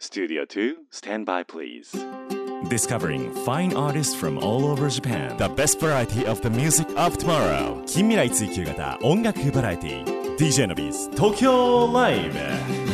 Studio 2, stand by please. Discovering fine artists from all over Japan. The best variety of the music of tomorrow. 近未来追求型音楽バラエティ DJ のビーズ東京ライブ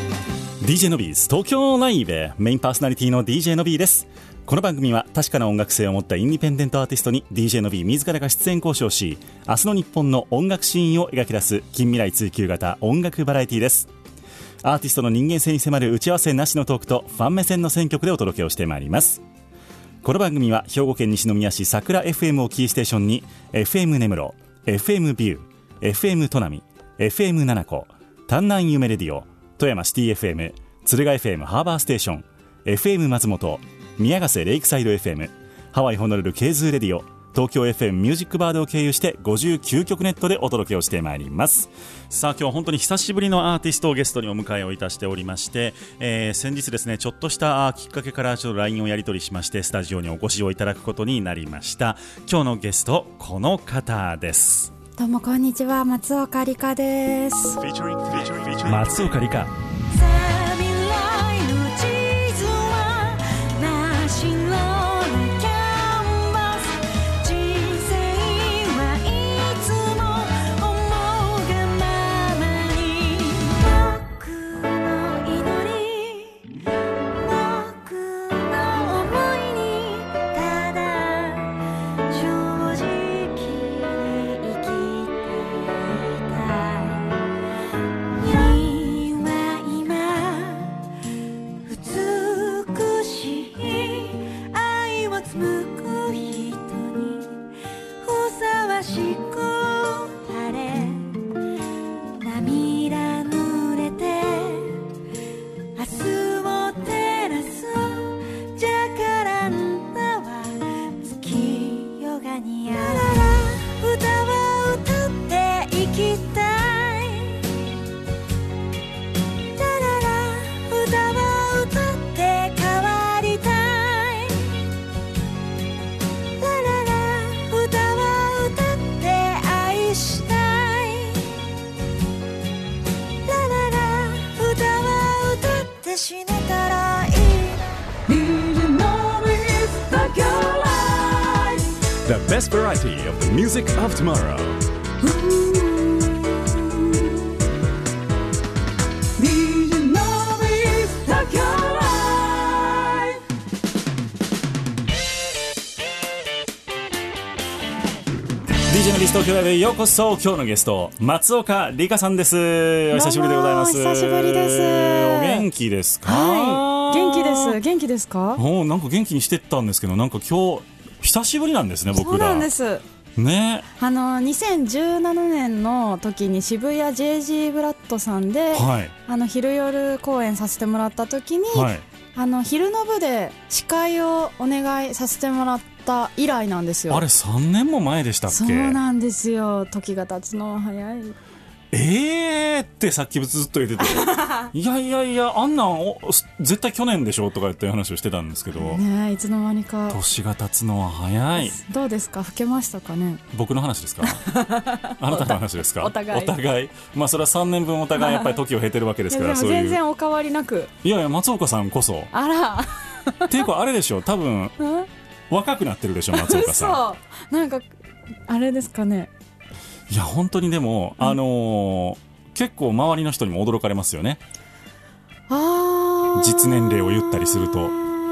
DJ のビーズ東京ライブメインパーソナリティの DJ のビーです。この番組は確かな音楽性を持ったインディペンデントアーティストに DJ のビー自らが出演交渉し、明日の日本の音楽シーンを描き出す近未来追求型音楽バラエティです。アーティストの人間性に迫る打ち合わせなしのトークとファン目線の選曲でお届けをしてまいります。この番組は兵庫県西宮市桜 FM をキーステーションに FM 根室、FM ビュー、FM 砺波、FM 七子、丹南夢レディオ、富山シティ FM、敦賀 FM ハーバーステーション、FM 松本、宮ヶ瀬レイクサイド FM、ハワイホノルルケーズーレディオ、東京 FM ミュージックバードを経由して59曲ネットでお届けをしてまいります。さあ今日は本当に久しぶりのアーティストをゲストにお迎えをいたしておりまして、先日ですねちょっとしたきっかけからちょっと LINE をやり取りしましてスタジオにお越しをいただくことになりました。今日のゲストこの方です。 どうもこんにちは、松岡里香です。 松岡里香、The best variety of the music of tomorrow. DJ のビーズ東京ライブへようこそ。今日のゲスト松岡里香さんです。お久しぶりでございます。 久しぶりです。 お元気ですか？ はい、元気です。元気ですか？ なんか元気にしてったんですけど、なんか今日久しぶりなんですね、僕ら。 そうなんですね。 2017年の時に渋谷 JG ブラッドさんで、 はい、 昼夜公演させてもらった時に、 はい、 昼の部で司会をお願いさせてもらった以来なんですよ。 あれ3年も前でしたっけ？ そうなんですよ。時が経つのは早い。 ってさっきずっと言ってていやあんなん絶対去年でしょとかって話をしてたんですけどね、いつの間にか年が経つのは早い。 どうですか、老けましたかね？ 僕の話ですか？あなたの話ですか？ お互いまあそれは3年分お互いやっぱり時を経てるわけですから。 でも全然お変わりなく。 いや松岡さんこそ。 あらっていうかあれでしょ、多分若くなってるでしょ松岡さん。なんかあれですかね。 いや本当にでも、結構周りの人にも驚かれますよね。実年齢を言ったりすると。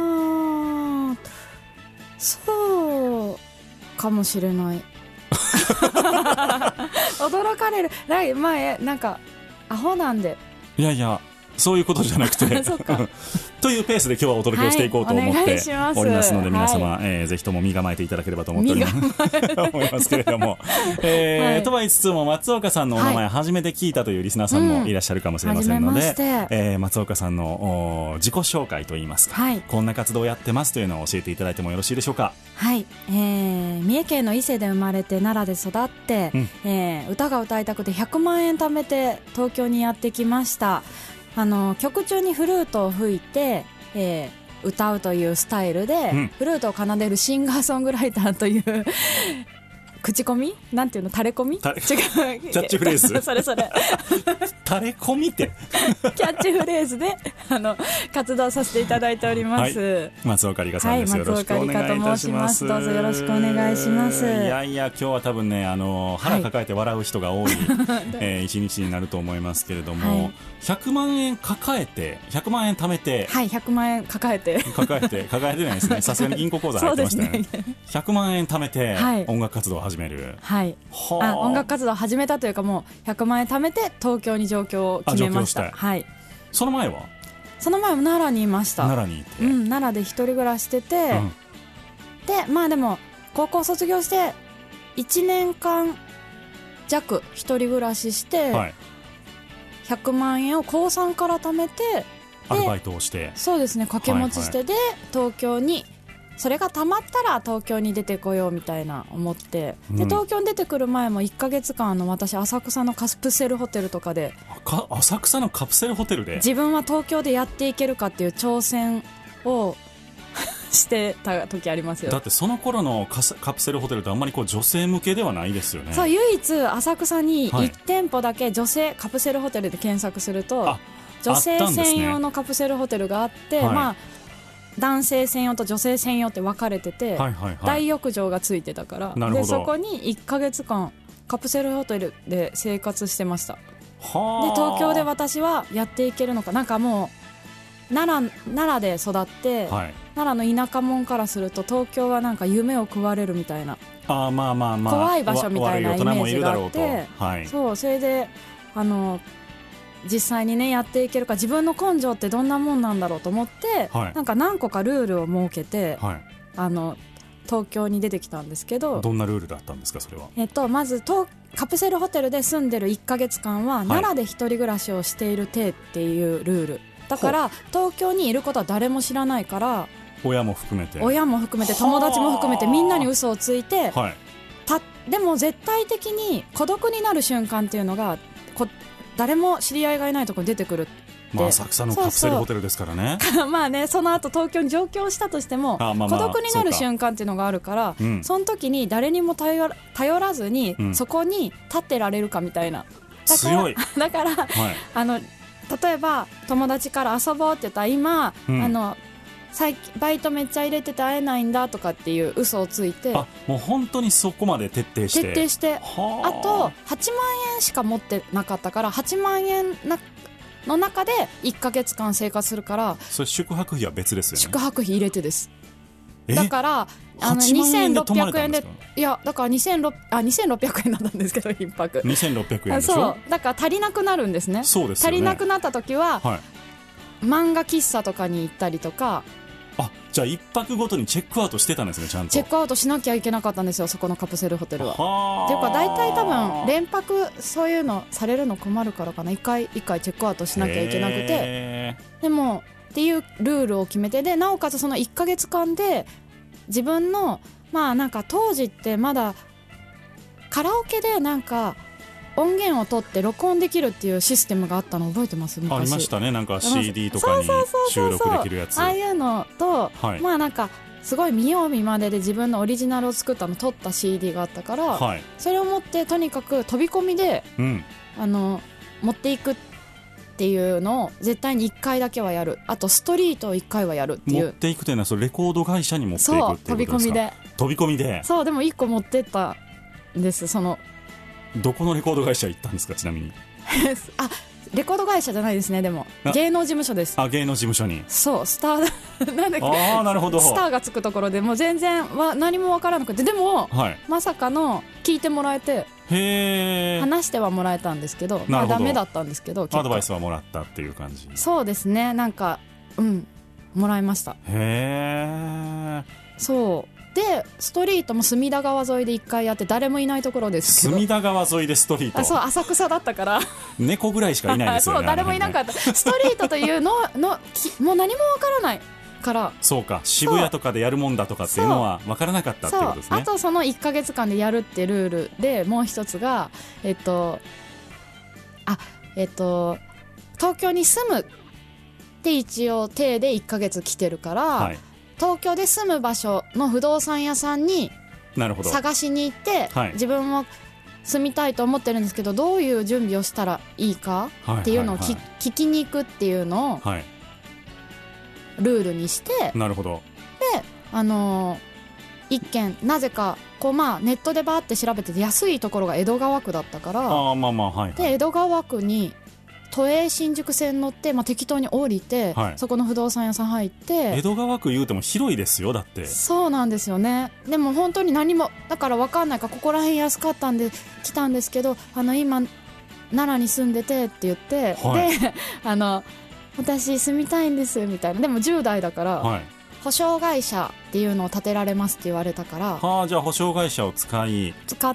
そうかもしれない驚かれる。前なんかアホなんで。 いやそういうことじゃなくてそうかというペースで今日はお届けをしていこうと思っておりますので、皆様、ぜひとも身構えていただければと思っておりますけれども、とは言いつつも松岡さんのお名前初めて聞いたというリスナーさんもいらっしゃるかもしれませんので、松岡さんの自己紹介といいますか、こんな活動をやってますというのを教えていただいてもよろしいでしょうか？ はい、三重県の伊勢で生まれて奈良で育って、歌が歌いたくて100万円貯めて東京にやってきました。曲中にフルートを吹いて、歌うというスタイルで、フルートを奏でるシンガーソングライターという口コミなんていうの、タレコミ、違う、キャッチフレーズそれタレコミってキャッチフレーズで活動させていただいております、 はい、松岡里香さんです、 はい、 よろしくお願いいたします。 どうぞよろしくお願いします。 いやいや今日は多分ね腹抱えて笑う人が多い、一日になると思いますけれども、はい、100万円抱えて100万円貯めて、はい、 100万円抱えてないですね、さすがに銀行口座入ってましたね。100万円貯めて音楽活動を始める、はい、 音楽活動を始めたというか、もう100万円貯めて東京に上京を決めました。はい、 その前は奈良にいました。 奈良にいて、 奈良で一人暮らししてて、でまあでも高校卒業して1年間弱一人暮らしして、はい、100万円を高3から貯めて、 アルバイトをして、 そうですね、掛け持ちして、で東京にそれがたまったら東京に出てこようみたいな思って、で東京に出てくる前も1ヶ月間私浅草のカプセルホテルとかで、 浅草のカプセルホテルで自分は東京でやっていけるかっていう挑戦をしてた時ありますよ。 だってその頃のカプセルホテルってあんまり女性向けではないですよね。 そう、唯一浅草に1店舗だけ女性カプセルホテルで検索すると、女性専用のカプセルホテルがあって、まあ男性専用と女性専用って分かれてて、大浴場がついてたから、でそこに1ヶ月間カプセルホテルで生活してました。で東京で私はやっていけるのか、なんかもう奈良で育って、奈良の田舎者からすると東京はなんか夢を食われるみたいな、怖い場所みたいなイメージがあって、そう、それで実際にねやっていけるか、自分の根性ってどんなもんなんだろうと思って、なんか何個かルールを設けて、東京に出てきたんですけど。 どんなルールだったんですか、それは。 まずカプセルホテルで住んでる1ヶ月間は、奈良で一人暮らしをしている体っていうルールだから、東京にいることは誰も知らないから、 親も含めて友達も含めてみんなに嘘をついて、でも絶対的に孤独になる瞬間っていうのが誰も知り合いがいないところに出てくるって。 浅草のカプセルホテルですからね。 まあね、その後東京に上京したとしても、孤独になる瞬間っていうのがあるから、その時に誰にも頼らずに、そこに立ってられるかみたいな。 強い。 だから、例えば友達から遊ぼうって言ったら、今、バイトめっちゃ入れてて会えないんだとかっていう嘘をついて、 もう本当にそこまで徹底して、 あと8万円しか持ってなかったから、8万円の中で1ヶ月間生活するから、 それ宿泊費は別ですよね。 宿泊費入れてです。だから 2600 円で、いやだから2600円だったんですけど、1泊 2600円でしょ。 そうだから足りなくなるんですね。 そうですよね。 足りなくなった時は、漫画喫茶とかに行ったりとか。 じゃあ1泊ごとにチェックアウトしてたんですね。ちゃんとチェックアウトしなきゃいけなかったんですよ、そこのカプセルホテルは。っていうか大体多分連泊そういうのされるの困るからかな、1回チェックアウトしなきゃいけなくて、でもっていうルールを決めて、でなおかつその1ヶ月間で自分のなんか当時ってまだカラオケでなんか音源を取って録音できるっていうシステムがあったの覚えてます？昔ありましたね。なんか CD とかに収録できるやつ、 ああいうのと、なんかすごい見よう見まねで自分のオリジナルを作ったの撮った CD があったから、それを持ってとにかく飛び込みで、持っていくっていうのを絶対に1回だけはやる。あとストリートを1回はやるっていう。 持っていくというのはそれレコード会社に持っていくっていうことですか？ 飛び込みで。 飛び込みで。 そう、でも1個持ってったんです。 どこのレコード会社行ったんですか、ちなみに。 レコード会社じゃないですね。でも芸能事務所です。 芸能事務所に。 そう、スターなんだっけ、 なるほど。 スターがつくところでもう全然何も分からなくて、でも、まさかの聞いてもらえて、話してはもらえたんですけど、ダメだったんですけど、 アドバイスはもらったっていう感じ。 そうですね、なんかもらいました。そうでストリートも隅田川沿いで1回やって、誰もいないところですけど。 隅田川沿いでストリート。 そう、浅草だったから猫ぐらいしかいないですよね。 そう、誰もいなかった。ストリートというのもう何もわからないから。 そうか、渋谷とかでやるもんだとかっていうのは分からなかったっていうことですね。 あとその1ヶ月間でやるってルールでもう一つが、東京に住むって一応体で1ヶ月来てるから、東京で住む場所の不動産屋さんに探しに行って、自分も住みたいと思ってるんですけど、どういう準備をしたらいいかっていうのを聞きに行くっていうのをルールにして、 なるほど。 で一軒なぜかこうまあネットでバーって調べてて安いところが江戸川区だったから、 まあまあ、はい、 で江戸川区に都営新宿線乗って、まあ、適当に降りて、 はい、 そこの不動産屋さん入って。 江戸川区言うても広いですよ、だって。 そうなんですよね。でも本当に何もだから分かんないから、ここら辺安かったんで来たんですけど、今奈良に住んでてって言って、はい、で私住みたいんですみたいな。でも10代だから、はい、保証会社っていうのを建てられますって言われたから、 じゃあ保証会社を使って、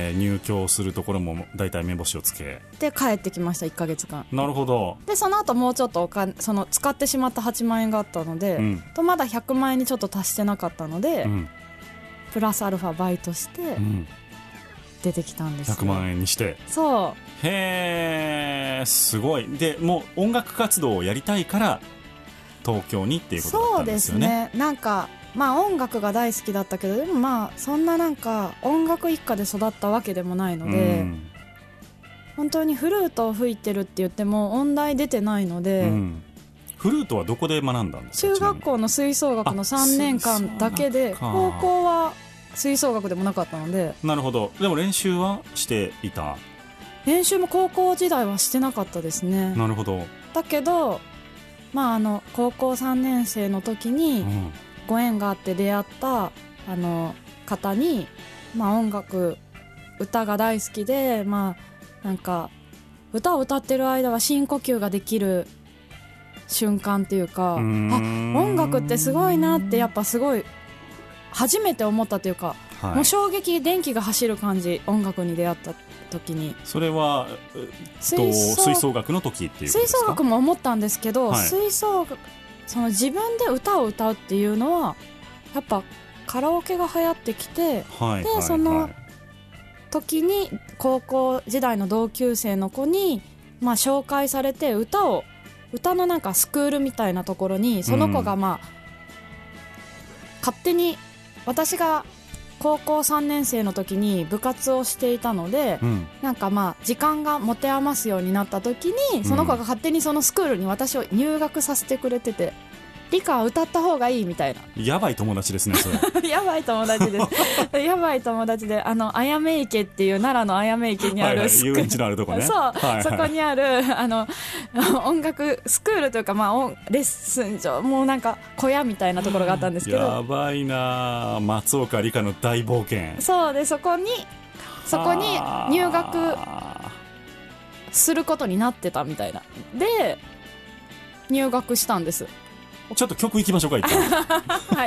入居するところもだいたい目星をつけで帰ってきました、1ヶ月間。 なるほど。 でその後もうちょっとその使ってしまった8万円があったので、とまだ100万円にちょっと足してなかったので、プラスアルファバイトして、出てきたんですよ。 100万円にして。 そう。 へー、すごい。でもう音楽活動をやりたいから東京にっていうことだったんですよね。 そうですね。なんかまあ音楽が大好きだったけど、でもまあそんななんか音楽一家で育ったわけでもないので、本当にフルートを吹いてるって言っても音大出てないので、 フルートはどこで学んだんですか？ 中学校の吹奏楽の3年間だけで、高校は吹奏楽でもなかったので。 なるほど。でも練習はしていた？ 練習も高校時代はしてなかったですね。 なるほど。 だけどまあ高校3年生の時にご縁があって出会った方に、まあ音楽歌が大好きで、まあなんか歌を歌ってる間は深呼吸ができる瞬間っていうか、音楽ってすごいなってやっぱすごい初めて思ったというか、はい、もう衝撃、電気が走る感じ、音楽に出会った時に。 それは吹奏楽の時っていうことですか？吹奏楽も思ったんですけど、はい、その自分で歌を歌うっていうのはやっぱカラオケが流行ってきて、 はい、 で、その時に高校時代の同級生の子に、まあ、紹介されて歌のなんかスクールみたいなところにその子がまあ、勝手に私が高校3年生の時に部活をしていたので、なんかまあ時間が持て余すようになった時にその子が勝手にそのスクールに私を入学させてくれてて、理科は歌った方がいいみたいな。 やばい友達ですね、それ。 やばい友達ですやばい友達で、あやめ池っていう奈良のあやめ池にある遊園地のあるとこね。 そう、はいはい、そこにある音楽スクールというか、まあ、レッスン場、もうなんか小屋みたいなところがあったんですけど、 やばいな、松岡理香の大冒険。 そうで、そこに入学することになってたみたいな。で入学したんです。 ちょっと曲いきましょうか、一旦。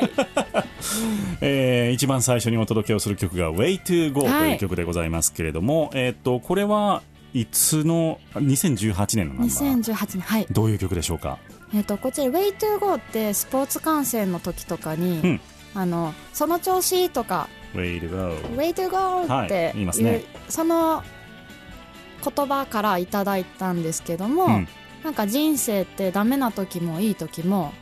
はい。 一番最初にお届けをする曲が Way to Go という曲でございますけれども、これはいつの2018年のナンバー 2018年、はい。 どういう曲でしょうか？ こちら Way to Go ってスポーツ観戦の時とかに、その調子とか Way to Go Way to Go って、 はい、言いますね。 その言葉からいただいたんですけども、なんか人生ってダメな時もいい時も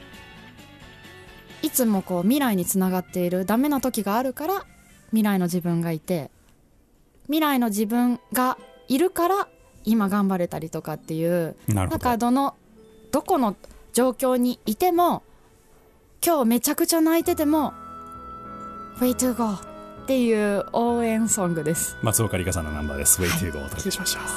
いつもこう未来につながっている。ダメな時があるから未来の自分がいて、未来の自分がいるから今頑張れたりとかっていう、なんかどこの状況にいても、今日めちゃくちゃ泣いてても Way to Go っていう応援ソングです。 松岡理香さんのナンバーです。 Way to Go をお届けしましょう。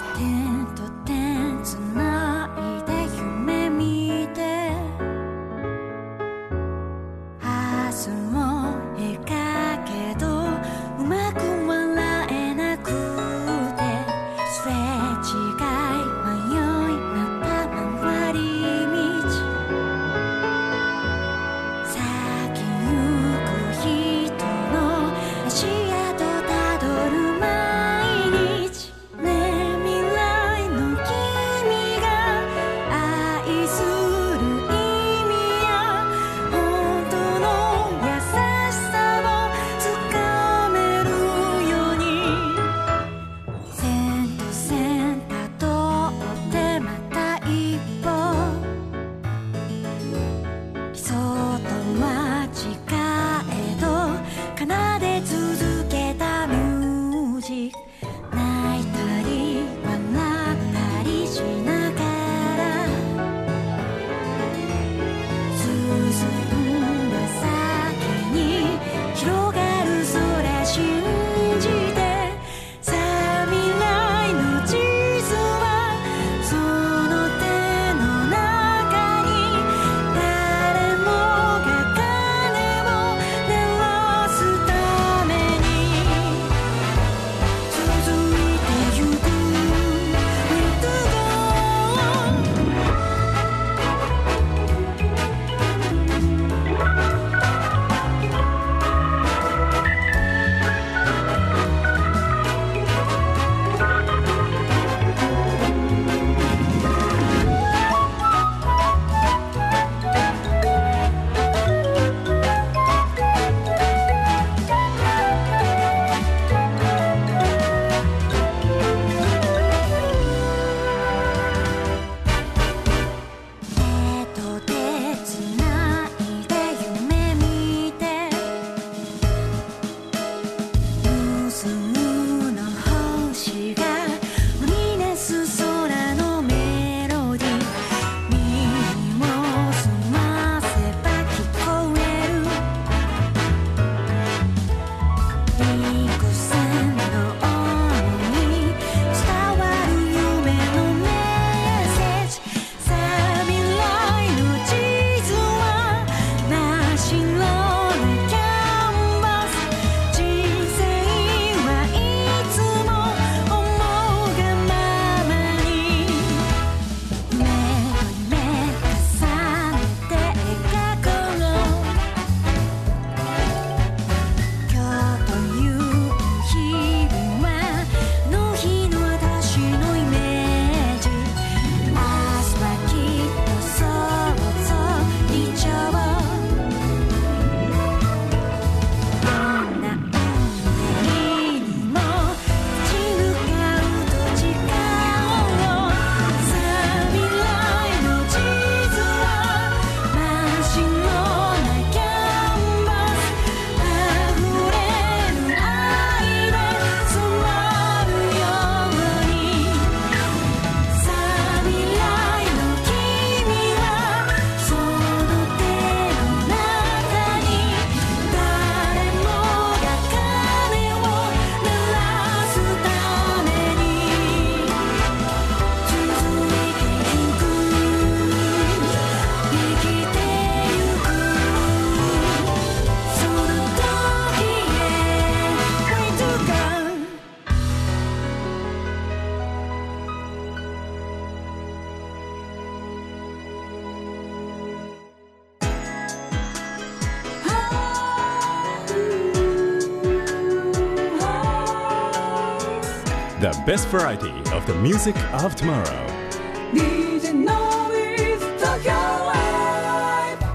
The best variety of the music of tomorrow. DJ Nobis Tokyo Live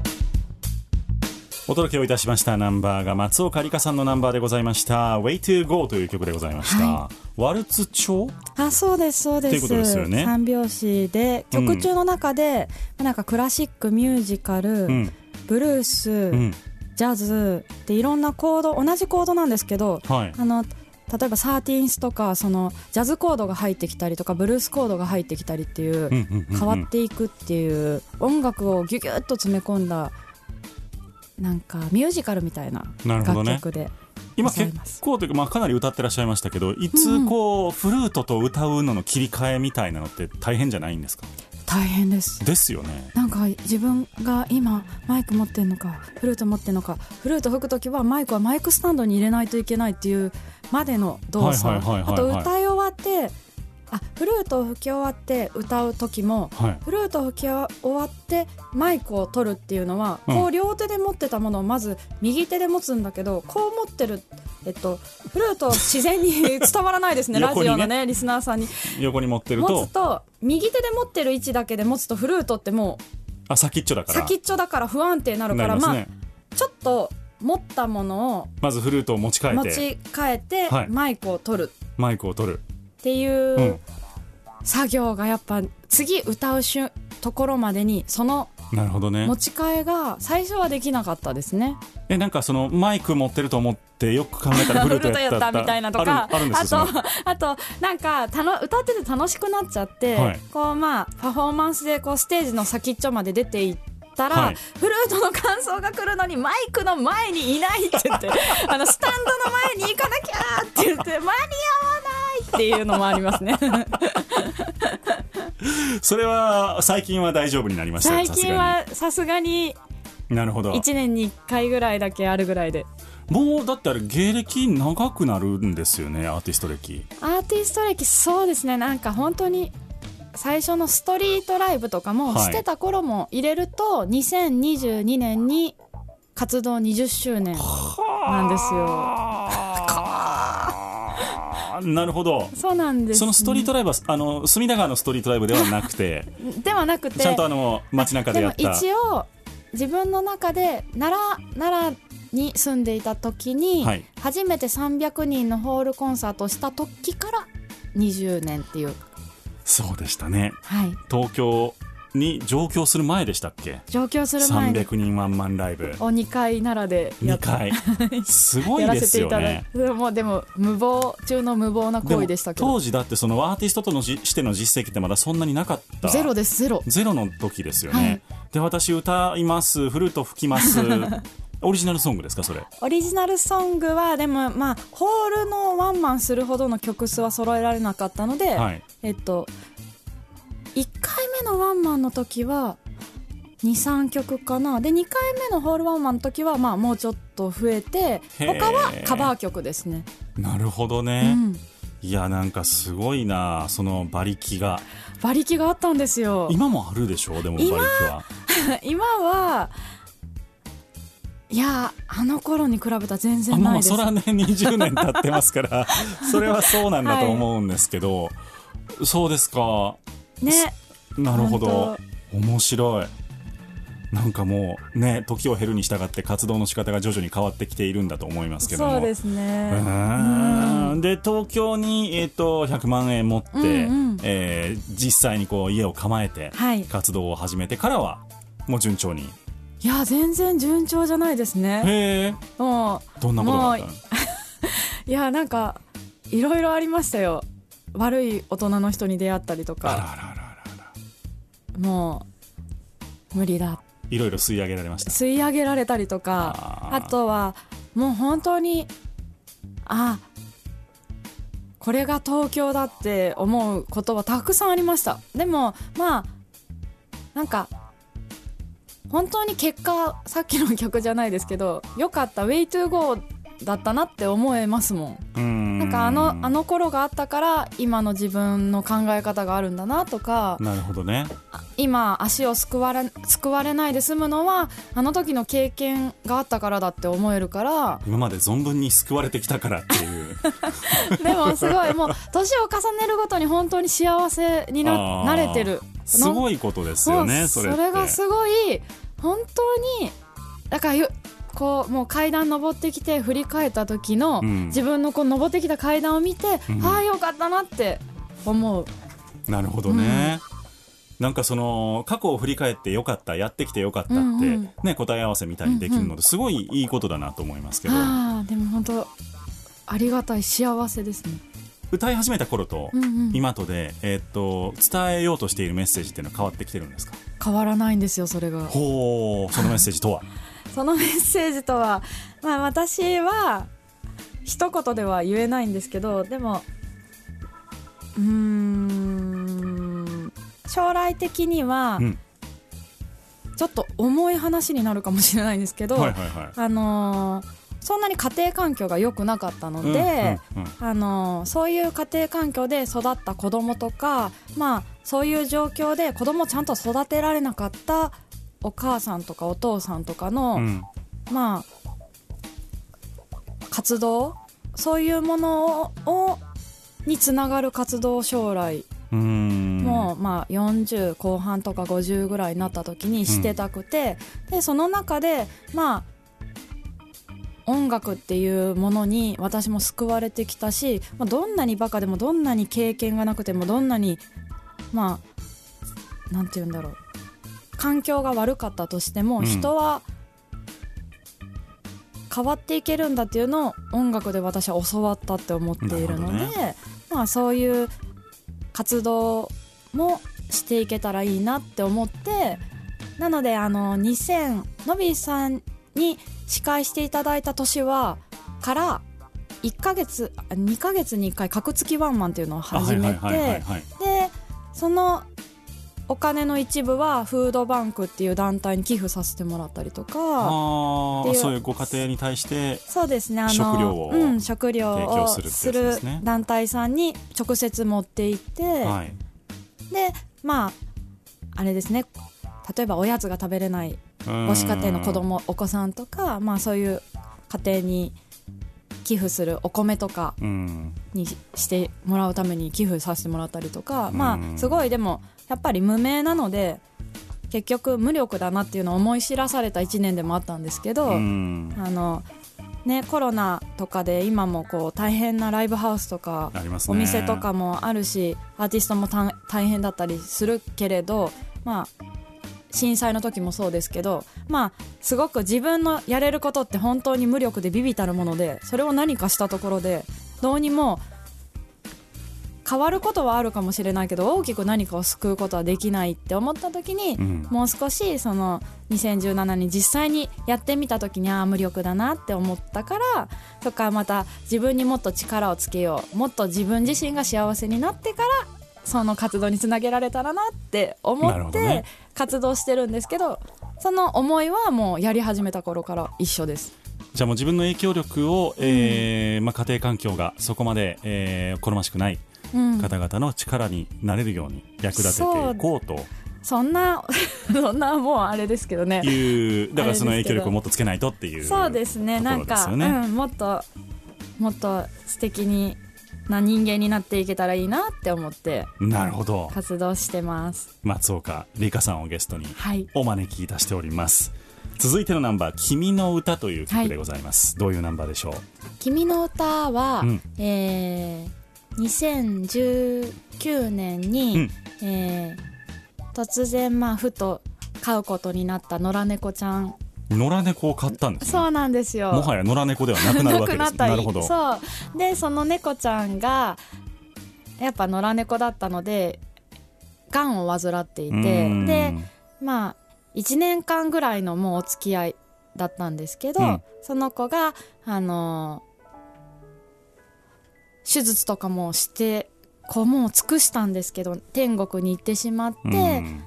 お届けをいたしましたナンバーが松岡里香さんのナンバーでございました Way to Go という曲でございました、ワルツ調そうですそうです。 ということですよね。 三拍子で曲中の中で、なんかクラシック、ミュージカル、ブルース、ジャズっていろんなコード、同じコードなんですけど、例えばサーティンスとかそのジャズコードが入ってきたりとかブルースコードが入ってきたりっていう、変わっていくっていう音楽をギュギュッと詰め込んだなんかミュージカルみたいな楽曲で、 今結構というか、かなり歌ってらっしゃいましたけど、いつこう、フルートと歌うのの切り替えみたいなのって大変じゃないんですか？ 大変ですですよね。 なんか自分が今マイク持ってんのかフルート持ってんのか、フルート吹くときはマイクスタンドに入れないといけないっていうまでの動作、あと歌い終わってフルートを吹き終わって歌う時も、フルートを吹き終わってマイクを取るっていうのは、こう両手で持ってたものをまず右手で持つんだけど、こう持ってる、フルート自然に伝わらないですねラジオのねリスナーさんに。横に持ってると、持つと右手で持ってる位置だけで持つとフルートってもう先っちょだから不安定になるから、ちょっと持ったものをまずフルートを持ち替えて、マイクを取るっていう作業がやっぱ次歌うところまでにその持ち替えが最初はできなかったですね。なんかそのマイク持ってると思ってよく考えたらフルートやったみたいなとか、あとなんか歌ってて楽しくなっちゃって、こうパフォーマンスでこうステージの先っちょまで出ていったら、フルートの感想が来るのにマイクの前にいないって言ってスタンドの前に行かなきゃって言って間に合わないっていうのもありますねそれは最近は大丈夫になりました？最近はさすがになるほど、 1年に1回ぐらいだけあるぐらいで。 もうだってあれ芸歴長くなるんですよね、アーティスト歴。 そうですね。なんか本当に最初のストリートライブとかもしてた頃も入れると、2022年に活動20周年なんですよ。 なるほど。 そうなんです、ね、 そのストリートライブは隅田川のストリートライブではなくてちゃんと街中でやった。 でも一応自分の中で奈良に住んでいた時に、初めて300人のホールコンサートをした時から20年っていう。 そうでしたね、東京に上京する前でしたっけ？上京する前300人ワンマンライブを2回奈良でやった 2回すごいですよねでも無謀中の無謀な行為でしたけど、 当時だってそのアーティストとしての実績ってまだそんなになかった。 ゼロです。ゼロの時ですよね、で私歌います、フルート吹きますオリジナルソングですか？それオリジナルソングはでもホールのワンマンするほどの曲数は揃えられなかったので、1回目のワンマンの時は 2,3 曲かな。で2回目のホールワンマンの時はもうちょっと増えて、他はカバー曲ですね。 なるほどね、いやなんかすごいな、その馬力があったんですよ。 今もあるでしょ？でも馬力は今はいやあの頃に比べたら全然ないです。 それはね20年経ってますからそれはそうなんだと思うんですけど、そうですかね。なるほど、面白い。なんかもうね、時を経るに従って活動の仕方が徐々に変わってきているんだと思いますけども。 そうですね。 で東京に、100万円持って、実際にこう家を構えて活動を始めてからはもう順調に。 いや全然順調じゃないですね。 へえ。どんなことがあったの？ いやなんかいろいろありましたよ。悪い大人の人に出会ったりとか、もう無理だ、 いろいろ吸い上げられました。 吸い上げられたりとか、あとはもう本当にこれが東京だって思うことはたくさんありました。でもなんか本当に結果、さっきの曲じゃないですけどよかった Way to Go だったなって思えますもん。なんかあの頃があったから今の自分の考え方があるんだなとか。 なるほどね。 今足をすくわれないで済むのはあの時の経験があったからだって思えるから、 今まで存分に救われてきたからっていうでもすごいもう年を重ねるごとに本当に幸せになれてる。 すごいことですよね。それってそれがすごい本当にだからこうもう階段登ってきて振り返った時の、自分のこう登ってきた階段を見て、ああよかったなって思う。 なるほどね、なんかその過去を振り返ってよかった、やってきてよかったって、ね、答え合わせみたいにできるのですごいいいことだなと思いますけど、 でも本当ありがたい幸せですね。 歌い始めた頃と今とで、伝えようとしているメッセージっていうのは変わってきてるんですか？ 変わらないんですよ、それが。 ほう、そのメッセージとはそのメッセージとは、私は一言では言えないんですけど、でも将来的には、ちょっと重い話になるかもしれないんですけど、そんなに家庭環境が良くなかったので、そういう家庭環境で育った子供とか、そういう状況で子供をちゃんと育てられなかったお母さんとかお父さんとかの、活動、そういうものにつながる活動を将来もう40後半とか50ぐらいになった時にしてたくて、でその中で音楽っていうものに私も救われてきたし、どんなにバカでもどんなに経験がなくてもどんなになんて言うんだろう、環境が悪かったとしても、人は変わっていけるんだっていうのを音楽で私は教わったって思っているので、そういう活動もしていけたらいいなって思って、なのでのびーさんに司会していただいた年から2ヶ月に1回格付きワンマンっていうのを始めて、でそのお金の一部はフードバンクっていう団体に寄付させてもらったりとか、 そういうご家庭に対してそうですね、 食料をする団体さんに直接持って行って、であれですね、例えばおやつが食べれない母子家庭のお子さんとか、そういう家庭に寄付するお米とかにしてもらうために寄付させてもらったりとか、すごいでもやっぱり無名なので結局無力だなっていうのを思い知らされた1年でもあったんですけど、コロナとかで今もこう大変なライブハウスとかお店とかもあるし、アーティストも大変だったりするけれど、震災の時もそうですけど、すごく自分のやれることって本当に無力で微々たるもので、それを何かしたところでどうにも変わることはあるかもしれないけど大きく何かを救うことはできないって思った時に、もう少しその2017年実際にやってみた時に無力だなって思ったから、そこからまた自分にもっと力をつけよう、もっと自分自身が幸せになってからその活動につなげられたらなって思って活動してるんですけど、その思いはもうやり始めた頃から一緒です。 じゃあもう自分の影響力を、家庭環境がそこまで、好ましくない方々の力になれるように役立てていこうと、 そんなもうあれですけどね、 だからその影響力をもっとつけないとっていう、 そうですね、なんか、もっと素敵な人間になっていけたらいいなって思って活動してます。 松岡里香さんをゲストにお招きいたしております。続いてのナンバー、君の歌という曲でございます、どういうナンバーでしょう？ 君の歌は、2019年に、突然ふと飼うことになった野良猫ちゃん。 野良猫を飼ったんですね。 そうなんですよ。 もはや野良猫ではなくなるわけです。なるほど。 そうで、その猫ちゃんがやっぱ野良猫だったのでがんを患っていて、で1年間ぐらいのもうお付き合いだったんですけど、その子が手術とかもしてもう尽くしたんですけど天国に行ってしまって、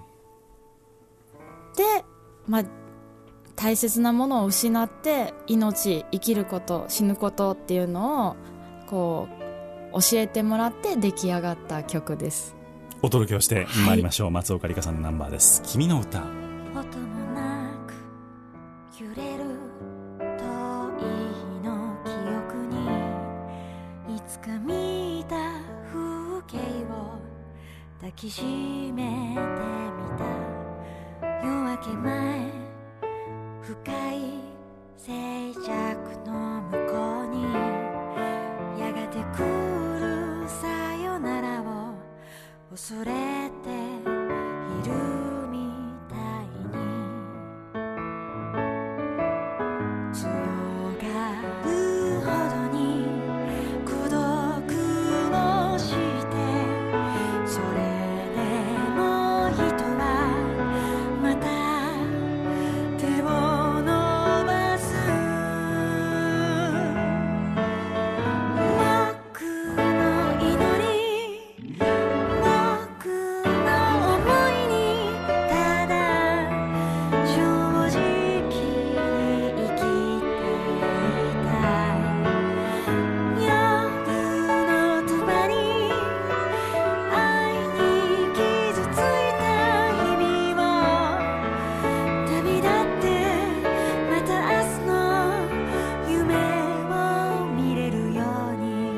で大切なものを失って生きること死ぬことっていうのをこう教えてもらって出来上がった曲です。 お届けをしてまいりましょう、松岡里香さんのナンバーです。君の歌。 音もなく揺れる遠いの記憶にしめてみた夜明け前深い静寂の向こうにやがて来るさよならを恐れているみたいに強がるほどに孤独もしてそれでも人はまた手を伸ばす僕の祈り僕の想いにただ正直に生きていたい夜のそばに愛に傷ついた日々を旅立ってまた明日の夢を見れるように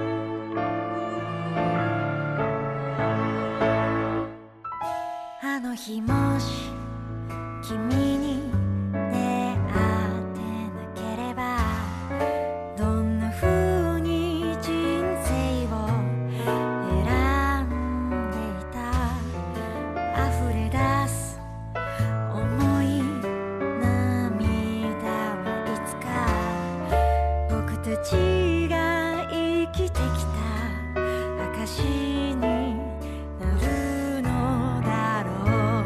あの日もし君に出会ってなければどんな風に人生を選んでいた溢れ出す思い涙はいつか僕たちが生きてきた証になるのだろう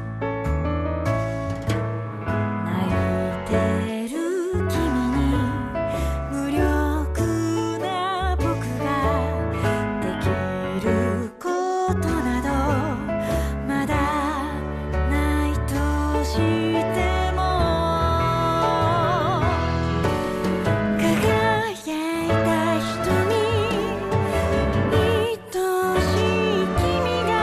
泣いてる君に無力な僕ができることなどまだないとしても輝いた瞳愛しい君が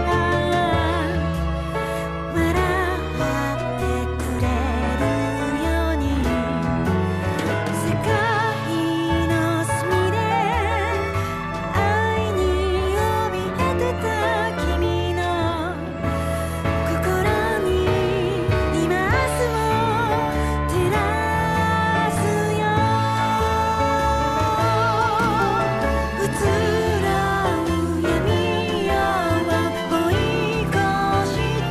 笑ってくれるように世界の隅で愛に怯えてた君の心に今明日を照らすよ移ろう闇夜を追い越して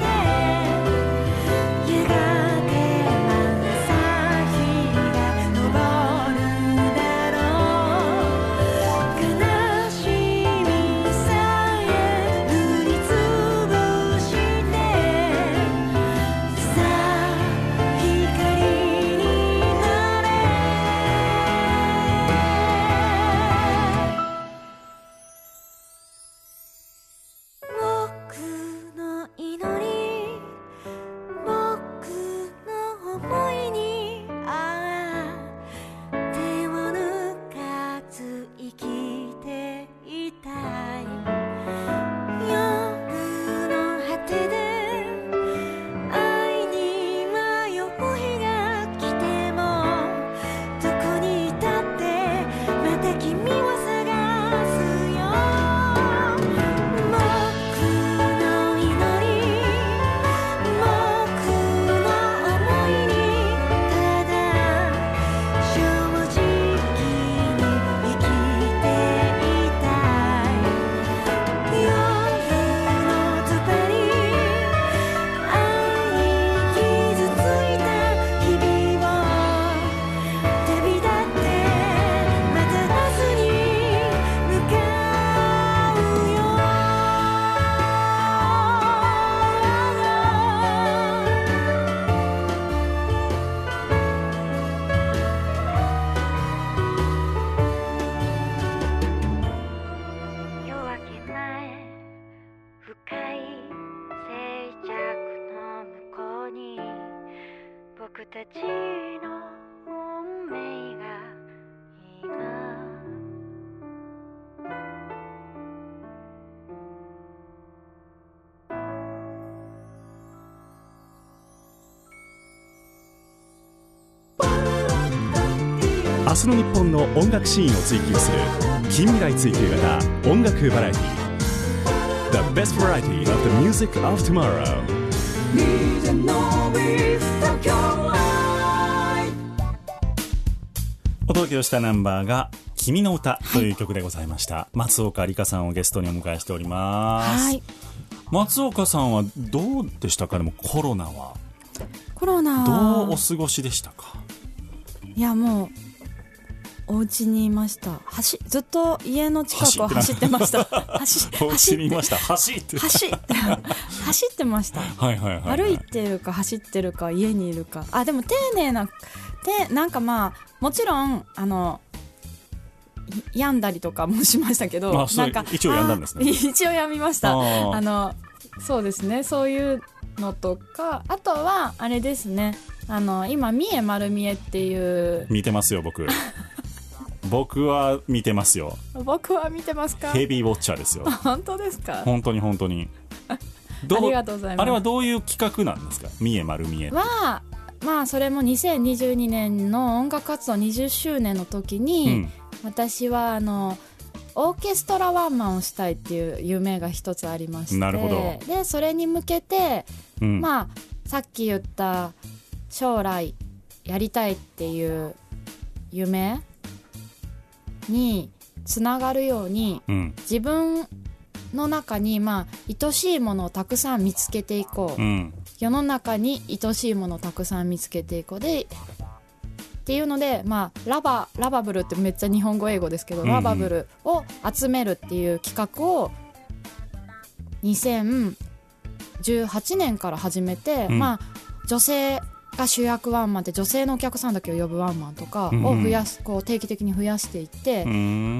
やがて朝日が昇るだろう悲しみさえ塗りつぶしてさあ光になれ僕の祈り僕の想いに手を抜かず生きていたい夜の果てで愛に迷う日が来てもどこにいたってまた君を探すよ僕の祈り僕の想いにただ正直に生きていたい夜のそばに愛に傷ついた日々を旅立ってまた明日に向かうよ夜明け前深い静寂の向こうに僕たちの運命が今明日の日本の音楽シーンを追求する近未来追求型音楽バラエティ The best variety of the music of tomorrow. DJ Nobis Tokyo Live お届けをしたナンバーが君の歌という曲でございました、松岡里香さんをゲストにお迎えしております、 はい、 松岡さんはどうでしたか？でもコロナはどうお過ごしでしたか？ いやもうお家にいました。ずっと家の近くを走ってましたお家にいました。走ってましたはいはいはい、はい、 歩いてるか走ってるか家にいるか。でも丁寧ななんかまあもちろん病んだりとかもしましたけど、なんか一応病んだんですね。 一応病みました。そうですね、そういうのとか、あとはあれですね、今三重丸見えっていう見てますよ僕は見てますよ。 僕は見てますか？ ヘビーウォッチャーですよ。 本当ですか？ 本当にありがとうございます。あれはどういう企画なんですか？三重丸見えはまあそれも2022年の音楽活動20周年の時に、私はオーケストラワンマンをしたいっていう夢が一つありまして、 なるほど。 でそれに向けて、まあさっき言った将来やりたいっていう夢につながるように、自分の中にまあ愛しいものをたくさん見つけていこう、世の中に愛しいものをたくさん見つけていこうでっていうので、まあ、ラバブルってめっちゃ日本語英語ですけど、ラバブルを集めるっていう企画を2018年から始めて、まあ、女性が主役ワンマンって女性のお客さんだけを呼ぶワンマンとかをこう定期的に増やしていって、で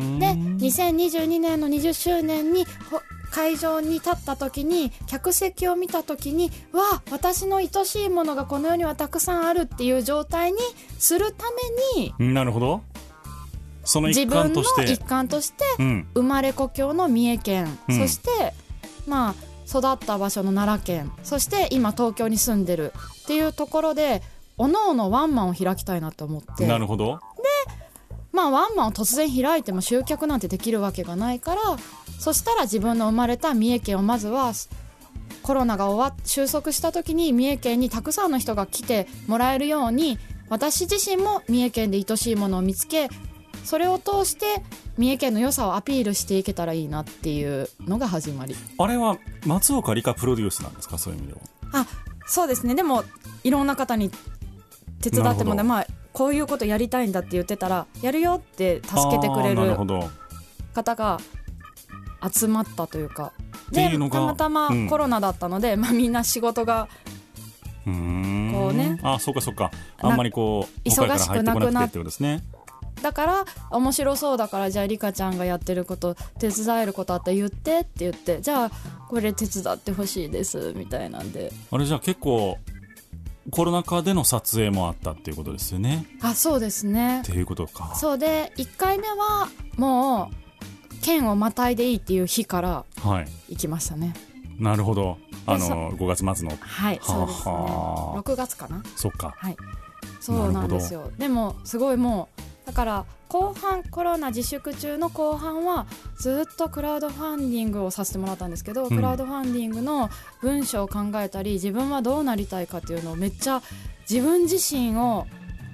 2022年の20周年に会場に立った時に客席を見た時に、わあ私の愛しいものがこの世にはたくさんあるっていう状態にするために、 なるほど、その一環として自分の一環として、生まれ故郷の三重県、そしてまあ育った場所の奈良県、そして今東京に住んでるっていうところでおのおのワンマンを開きたいなと思って。 なるほど。 でまあワンマンを突然開いても集客なんてできるわけがないから、そしたら自分の生まれた三重県をまずはコロナが収束した時に三重県にたくさんの人が来てもらえるように、私自身も三重県で愛しいものを見つけ、それを通して三重県の良さをアピールしていけたらいいなっていうのが始まり。 あれは松岡里香プロデュースなんですか？そういう意味では。 そうですね。でもいろんな方に手伝ってもらって、まあ、こういうことやりたいんだって言ってたらやるよって助けてくれる方が集まったというか、でたまたまコロナだったので、まあ、みんな仕事がこうね、 そうかそうか、あんまりこう忙しくなくなってことですね。 だから面白そうだから、じゃあリカちゃんがやってること手伝えることあったら言ってって言って、じゃあこれ手伝ってほしいですみたいなんで。 あれじゃあ結構コロナ禍での撮影もあったっていうことですよね。 そうですね。 っていうことか。 そうで1回目はもう県をまたいでいいっていう日から行きましたね。 なるほど。5月末の。 はいそうですね。6月かな。 そっか。 はい。そうなんですよ。でもすごいもうだから後半コロナ自粛中の後半はずっとクラウドファンディングをさせてもらったんですけど、クラウドファンディングの文章を考えたり、自分はどうなりたいかっていうのをめっちゃ自分自身を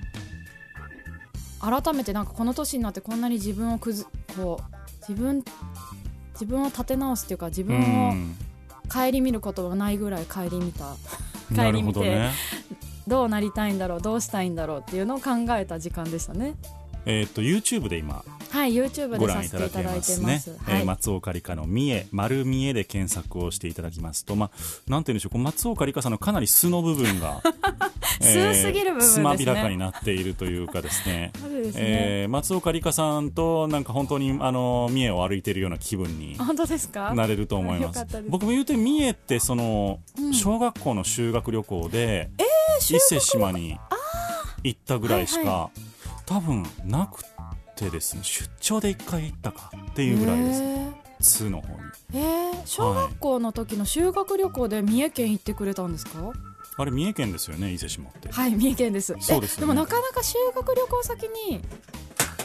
改めて、なんかこの年になってこんなに自分を自分を立て直すっていうか、自分を顧みることはないぐらい顧みて、どうなりたいんだろう、どうしたいんだろうっていうのを考えた時間でしたね。 YouTube で今、 YouTube でさせていただいてます。 松岡里香の三重丸見えで検索をしていただきますと、なんて言うんでしょう、松岡里香さんのかなり素の部分が素すぎる部分ですね。 つまびらかになっているというかですね。松岡里香さんとなんか本当に三重を歩いているような気分になれると思います。僕も言うて三重ってその、小学校の修学旅行で伊勢志摩に行ったぐらいしか、多分なくてですね、出張で1回行ったかっていうぐらいですね、津の方に。 小学校の時の修学旅行で三重県行ってくれたんですか？ あれ三重県ですよね、伊勢志摩って。 はい、三重県です。 そうですよね。 でもなかなか修学旅行先に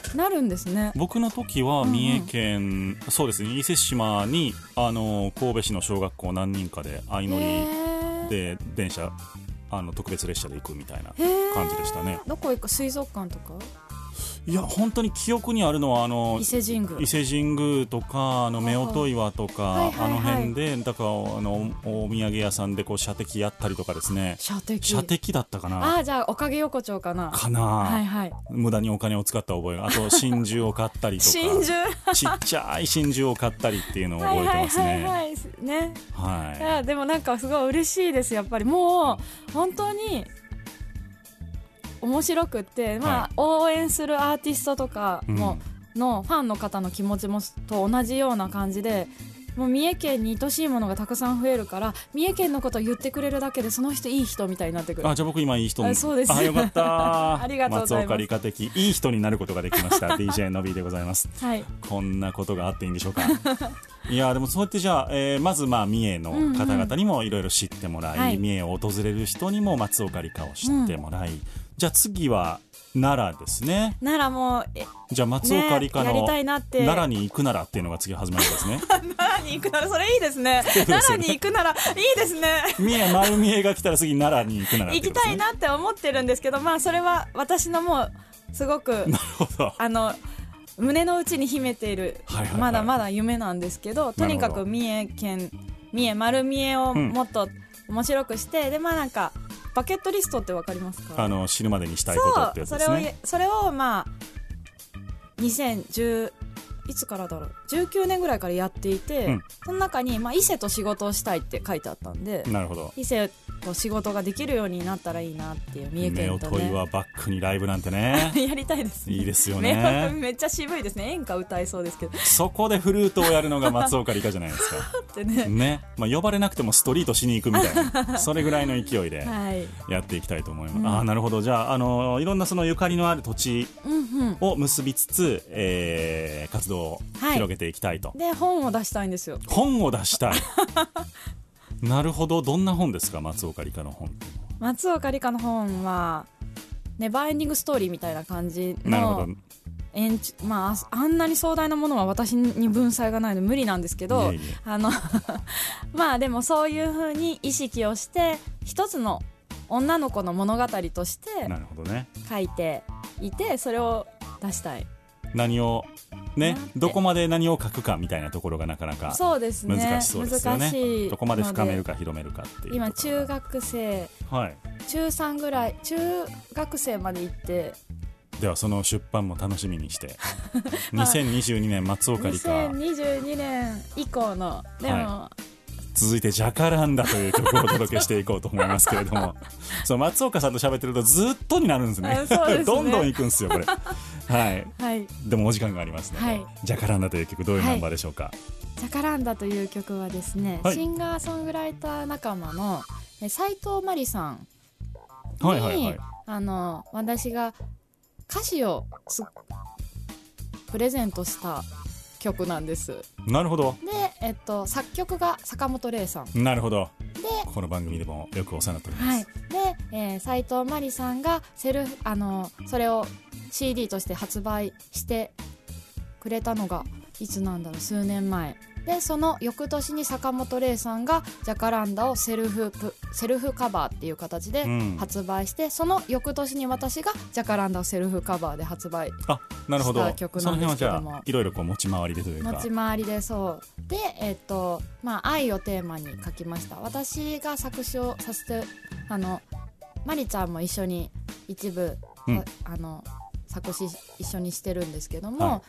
なるんですね。 僕の時は三重県、そうですね、伊勢志摩に神戸市の小学校何人かで相乗りで電車特別列車で行くみたいな感じでしたね。 どこ行く？水族館とか？ いや本当に記憶にあるのは伊勢神宮とか夫婦岩とか辺で、だからお土産屋さんでこう射的やったりとかですね。射的だったかな。 じゃあおかげ横丁かな。 はいはい。無駄にお金を使った覚えが、あと真珠を買ったりとか真珠ちっちゃい真珠を買ったりっていうのを覚えてますね。 ね。 はい。 いやでもなんかすごい嬉しいです。やっぱりもう本当に面白くって、応援するアーティストとかものファンの方の気持ちもと同じような感じで、もう三重県に愛しいものがたくさん増えるから、三重県のことを言ってくれるだけでその人いい人みたいになってくる。 じゃあ僕今いい人そうです。 よかったありがとうございます。 松岡理香的いい人になることができましたDJ のびでございます、 はい、 こんなことがあっていいんでしょうかいやでもそうやってじゃあ、まず三重の方々にもいろいろ知ってもらい、三重を訪れる人にも松岡理香を知ってもらい、じゃあ次は奈良ですね。 奈良もじゃあ松岡理香の奈良に行くならっていうのが次始まるんですね奈良に行くならそれいいですね奈良に行くならいいですね丸見えが来たら次奈良に行くならって行きたいなって思ってるんですけど、それは私のもうすごくなるほど胸の内に秘めている、まだまだ夢なんですけど、とにかく三重丸見えをもっと面白くして、でなんかバケットリストってわかりますか？死ぬまでにしたいことってやつですね。それを2010いつからだろう19年ぐらいからやっていて、その中に、伊勢と仕事をしたいって書いてあったんで、なるほど、伊勢と仕事ができるようになったらいいなっていう。三重県とね、夫婦岩バックにライブなんてねやりたいですね。いいですよね。めっちゃ渋いですね。演歌歌いそうですけど、そこでフルートをやるのが松岡理香じゃないですかってね、呼ばれなくてもストリートしに行くみたいなそれぐらいの勢いでやっていきたいと思います、なるほど。じゃあ、いろんなそのゆかりのある土地を結びつつ、活動を広げていきたいと、で本を出したいんですよ。本を出したいなるほど。どんな本ですか、松岡理香の本っていうのは。松岡理香の本はネバーエンディングストーリーみたいな感じの。なるほど。あんなに壮大なものは私に文才がないので無理なんですけど、でもそういう風に意識をして一つの女の子の物語として書いていて、それを出したい。何をね、どこまで何を書くかみたいなところがなかなか難しそうですよね。どこまで深めるか広めるかっていう。今中学生、中3ぐらい、中学生まで行って、ではその出版も楽しみにして2022年松岡理香、2022年以降のでも、続いてジャカランダという曲をお届けしていこうと思いますけれどもそう松岡さんと喋ってるとずっとになるんですね。どんどんいくんですよこれでもお時間がありますので、ジャカランダという曲、どういうナンバーでしょうか？ジャカランダという曲はですね、シンガーソングライター仲間の斉藤真理さんに、私が歌詞をプレゼントした曲なんです。なるほど。で、作曲が坂本玲さん。なるほど。で、この番組でもよくお世話になっております。で、斉藤真理さんがそれを CD として発売してくれたのがいつなんだろう、数年前で、その翌年に坂本玲さんがジャカランダをセルフカバーっていう形で発売して、その翌年に私がジャカランダをセルフカバーで発売した曲なんですけども、その辺はじゃあいろいろ持ち回りでというか、持ち回りで、そうで、愛をテーマに書きました。私が作詞をさせて、マリちゃんも一緒に一部、作詞一緒にしてるんですけども、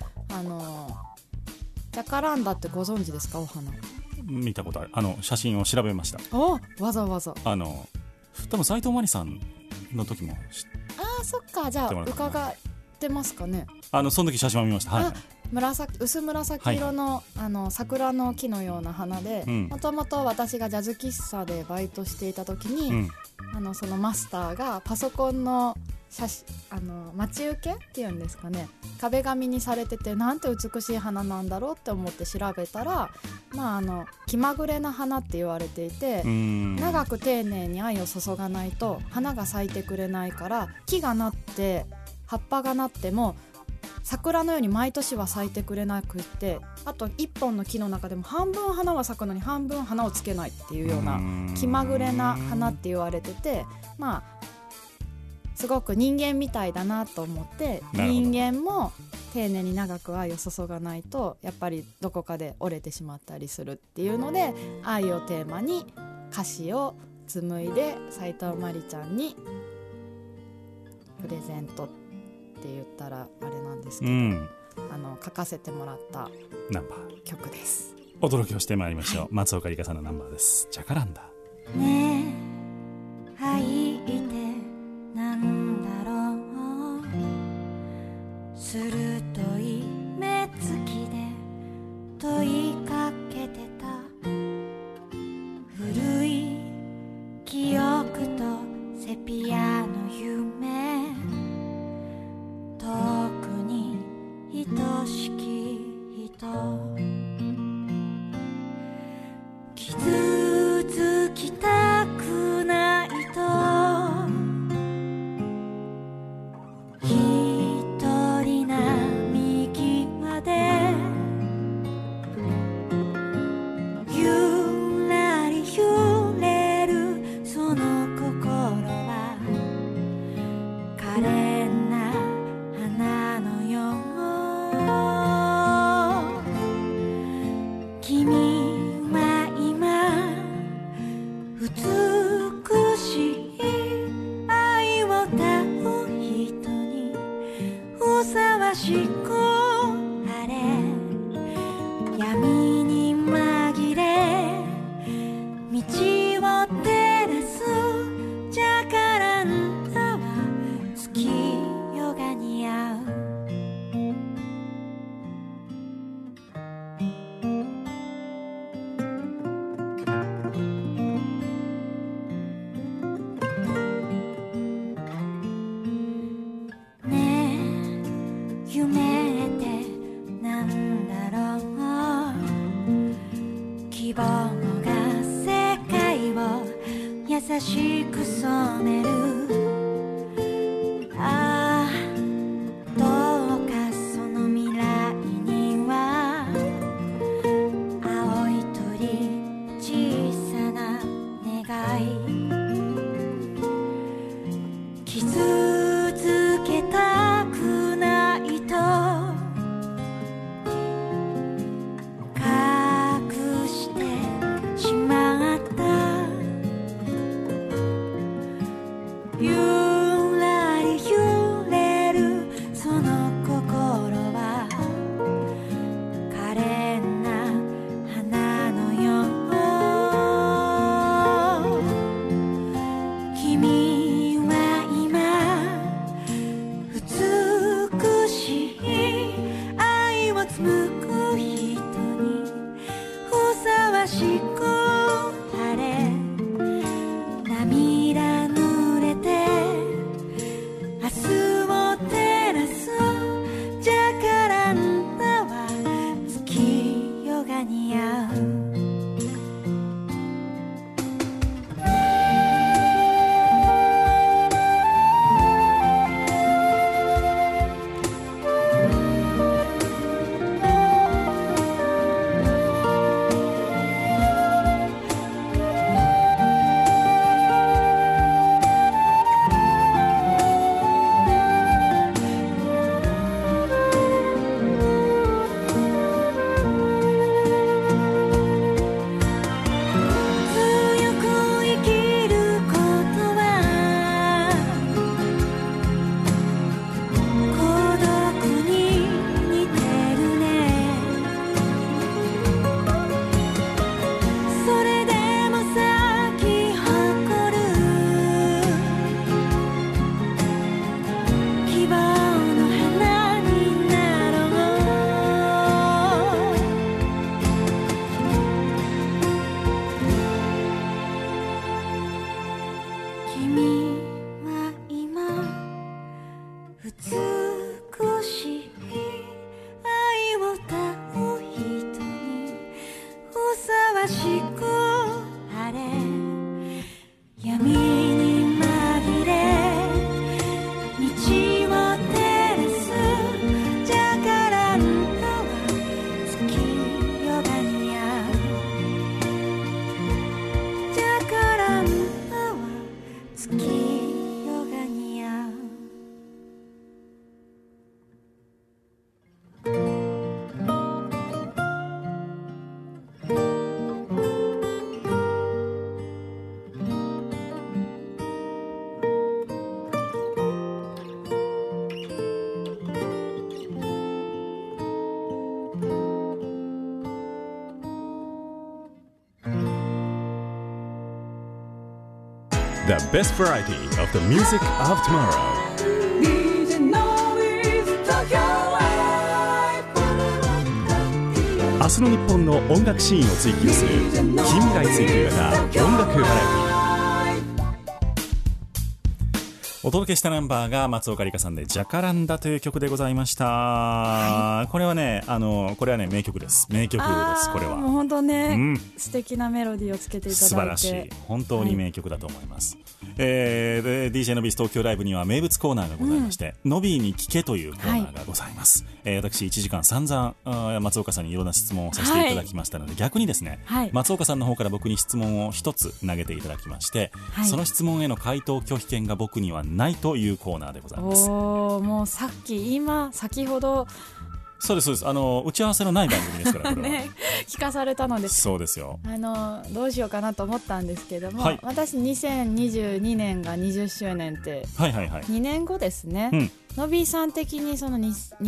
ジャカランダってご存知ですか？お花見たことある。写真を調べました。わざわざ多分斉藤真理さんの時もそっか、じゃあ伺ってますかね。その時写真を見ました。薄紫色の、桜の木のような花で、もともと私がジャズ喫茶でバイトしていた時に、そのマスターがパソコンの待ち受けっていうんですかね、壁紙にされてて、なんて美しい花なんだろうって思って調べたら、気まぐれな花って言われていて、長く丁寧に愛を注がないと花が咲いてくれないから、木がなって葉っぱがなっても桜のように毎年は咲いてくれなくって、あと一本の木の中でも半分花は咲くのに半分花をつけないっていうような気まぐれな花って言われてて、まあすごく人間みたいだなと思って、人間も丁寧に長く愛を注がないとやっぱりどこかで折れてしまったりするっていうので、愛をテーマに歌詞を紡いで斉藤真理ちゃんにプレゼントって言ったらあれなんですけど、書かせてもらったナンバー曲です。 お届けをしてまいりましょう、松岡里香さんのナンバーです。ジャカランダ。 ねえ愛ってなんだろう、鋭い目つきで問いかけてた。古い記憶とセピアの夢、遠くに愛しき人、傷つきたくないと一人並木までゆらり揺れるその心は可憐な花のよう。君は今美しい愛を歌う人にふさわしくあれ、闇に紛れ道を照らすジャカランダは月夜が似合う。ねえ夢ってなんだろう、希望が世界を優しく染める。ああどうかその未来には青い鳥小さな願い、傷つけたくないと隠してしまった。ゆらり揺れるその心は可憐な花のよう。君は今美しい愛を紡ぐ人にふさわしくあれ、涙濡れて明日を照らすジャカランダは月夜が似合う。強く生きることは孤独に似てるね。それでも咲き誇る希望の花になろう。君は今美しい愛を歌う人にふさわしくあれ、闇に紛れ道を照らすジャ The best variety of the music of tomorrow. DJ Nobis Tokyo Live 明日の日本の音楽シーンを追求する近未来追求型音楽バラエティ。お届けしたナンバーが松岡里香さんでジャカランダという曲でございました、はい、これはね名曲です。名曲です。これはもう本当ね、素敵なメロディーをつけていただいて素晴らしい、本当に名曲だと思います、で DJ のビース東京ライブには名物コーナーがございまして、のびーに聞けというコーナーがございます、私1時間散々松岡さんにいろんな質問をさせていただきましたので、逆にですね、松岡さんの方から僕に質問を一つ投げていただきまして、その質問への回答拒否権が僕にはないというコーナーでございます。 もう先ほどそうです打ち合わせのない番組ですからこれは、 ね、聞かされたのでそうですよ。 どうしようかなと思ったんですけども、私2022年が20周年って、2年後ですね、のびーさん的にその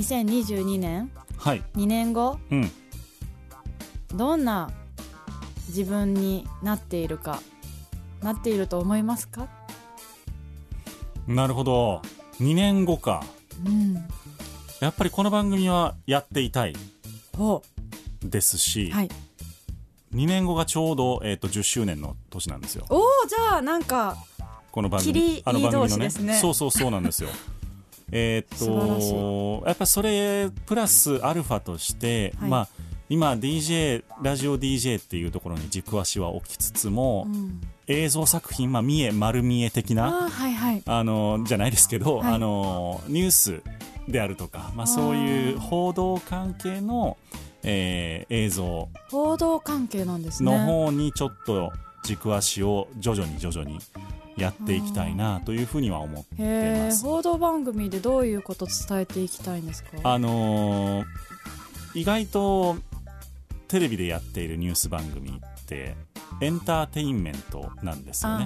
2022年、2年後、どんな自分になっていると思いますか？ なるほど、2年後か、やっぱりこの番組はやっていたいですし、2年後がちょうど、10周年の年なんですよ。 じゃあなんかこの番組、 キリいい同士ですね。 そうなんですよやっぱそれプラスアルファとして、今ラジオ DJ っていうところに軸足は置きつつも、映像作品、丸見え的な、じゃないですけど、ニュースであるとか、そういう報道関係の、映像報道関係なんですねの方にちょっと軸足を徐々にやっていきたいなというふうには思ってます。 報道番組でどういうことを伝えていきたいんですか？ 意外とテレビでやっているニュース番組ってエンターテインメントなんですよね。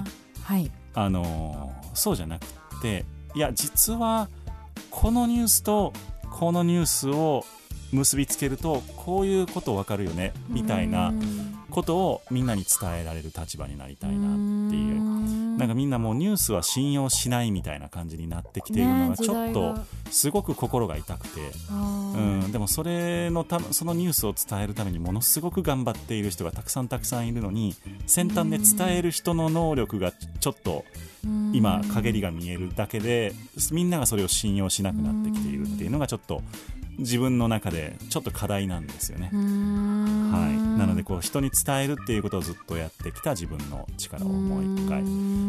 そうじゃなくて、いや実はこのニュースとこのニュースを結びつけるとこういうこと分かるよねみたいなことをみんなに伝えられる立場になりたいなっていう、なんかみんなもうニュースは信用しないみたいな感じになってきているのがちょっとすごく心が痛くて、でもそのニュースを伝えるためにものすごく頑張っている人がたくさんいるのに、先端で伝える人の能力がちょっと今陰りが見えるだけで、みんながそれを信用しなくなってきているっていうのがちょっと自分の中でちょっと課題なんですよね。なのでこう人に伝えるっていうことをずっとやってきた自分の力をもう一回、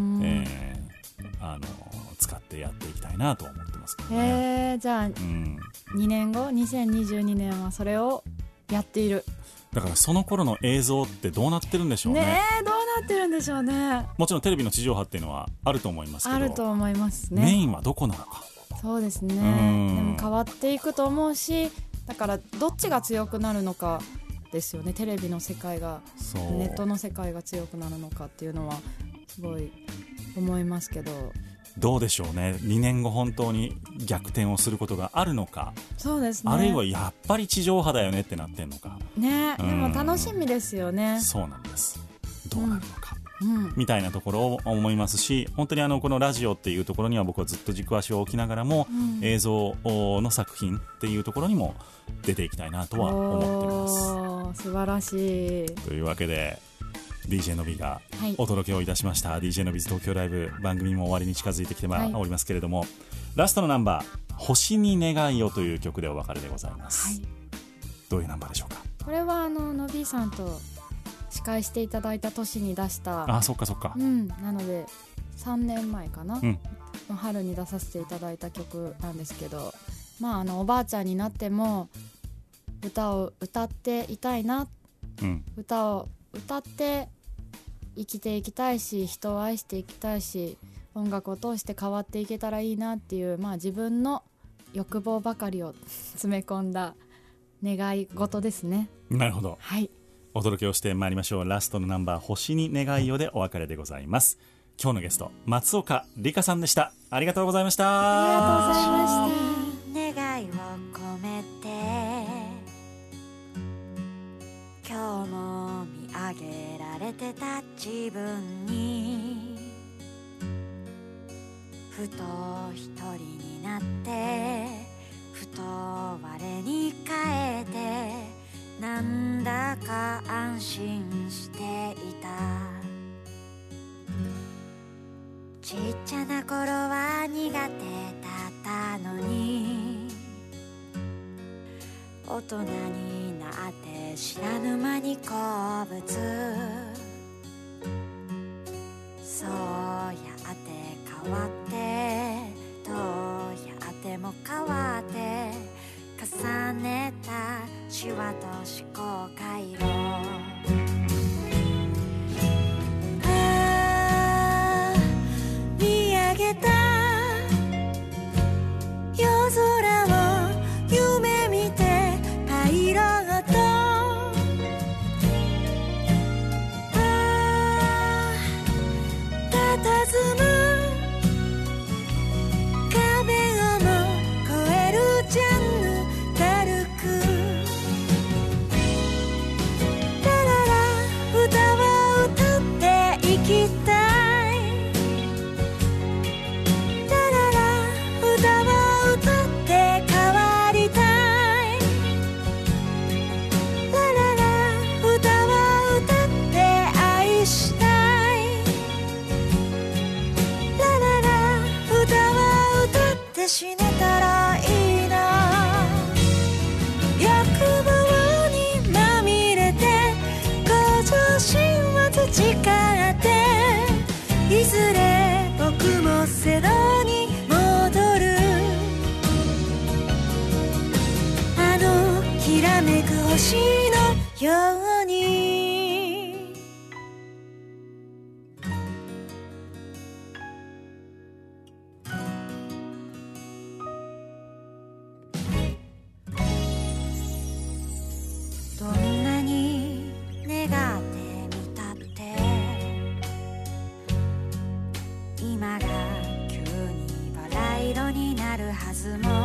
使ってやっていきたいなと思ってますけどね。 じゃあ、2年後2022年はそれをやっている。 だからその頃の映像ってどうなってるんでしょうね。 どうなってるんでしょうね。 もちろんテレビの地上波っていうのはあると思いますけど、 あると思いますね。 メインはどこなのか。 そうですね。でも変わっていくと思うし、だからどっちが強くなるのかですよね。テレビの世界がネットの世界が強くなるのかっていうのはすごい思いますけど、 どうでしょうね。2年後本当に逆転をすることがあるのか。 そうですね。 あるいはやっぱり地上波だよねってなってんのかね。でも楽しみですよね。 そうなんです。どうなるのか、みたいなところを思いますし、本当にこのラジオっていうところには僕はずっと軸足を置きながらも、映像の作品っていうところにも出ていきたいなとは思ってます。 素晴らしい。 というわけでDJ のびがお届けをいたしました、DJ のび東京ライブ、番組も終わりに近づいてきておりますけれども、ラストのナンバー星に願いをという曲でお別れでございます、どういうナンバーでしょうか？これはのびさんと司会していただいた年に出した。 そっか、 なので3年前かな、の春に出させていただいた曲なんですけど、おばあちゃんになっても歌を歌っていたいな、歌を歌って生きていきたいし、人を愛していきたいし、音楽を通して変わっていけたらいいなっていう、自分の欲望ばかりを詰め込んだ願い事ですね。 なるほど。お届けをしてまいりましょう。ラストのナンバー星に願いをでお別れでございます。今日のゲスト松岡里香さんでした。ありがとうございました。 ありがとうございました。願いを込めて今日も見上げられてた自分にふと一人になってふと我に返ってなんだか安心していた。ちっちゃな頃は苦手だったのに大人になって知らぬ間に好物、そうやって変わってどうやっても変わって重ねたシワと思考回路、見上げた夜空を夢見てパイロット、佇む壁をも越えるジャンヌダルク、ラララ歌は歌って生きたい、ラララ歌は歌って変わりたい、ラララ歌は歌って愛したい、ラララ歌は歌って死ねたらいいな、欲望にまみれて向上心は培っていずれ僕もゼロに戻る、あのきらめく星のように。どんなに願ってみたって今が急にバラ色になるはずも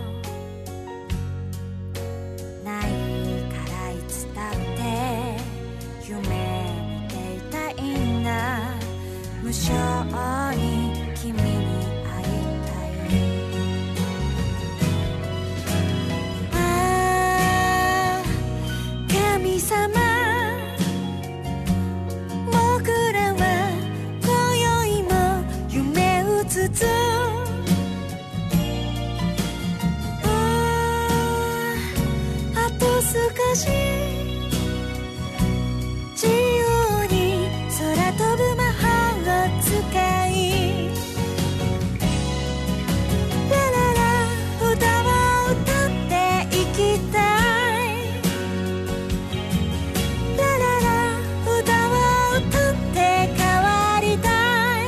ないからいつだって夢見ていたいんだ、無償に君に会いたい、神様僕らは今宵も夢うつつ、あと少し自由に空飛ぶ魔法を使い、ラララ歌は歌って生きたい、ラララ歌は歌って変わりたい、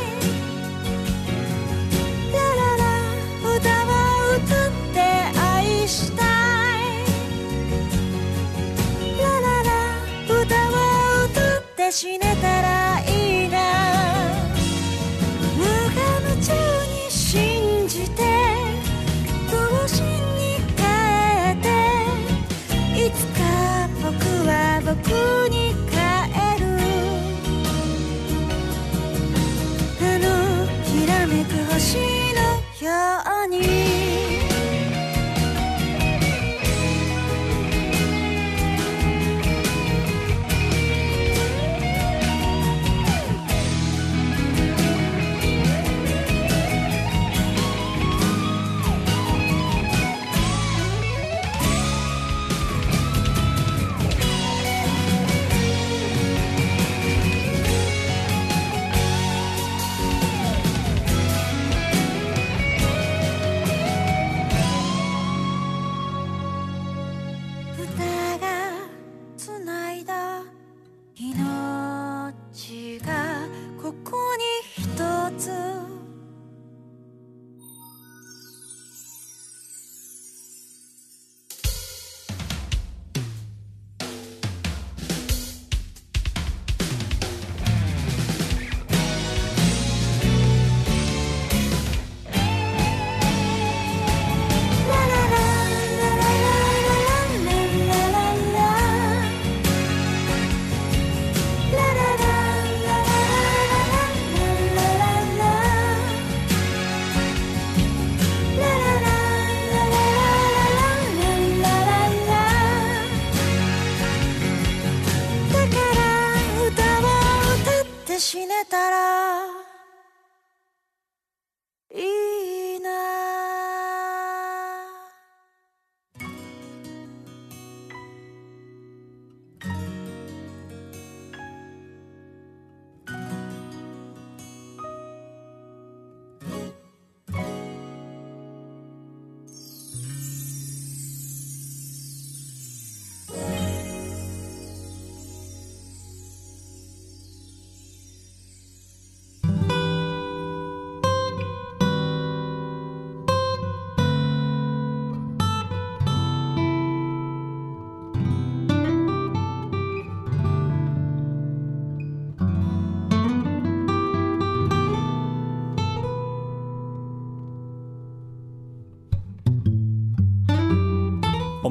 ラララ歌は歌って愛したい、ラララ歌は歌って死ねたらいいな、無我夢中に信じて童心に帰っていつか僕は僕に帰る、あのきらめく星のように。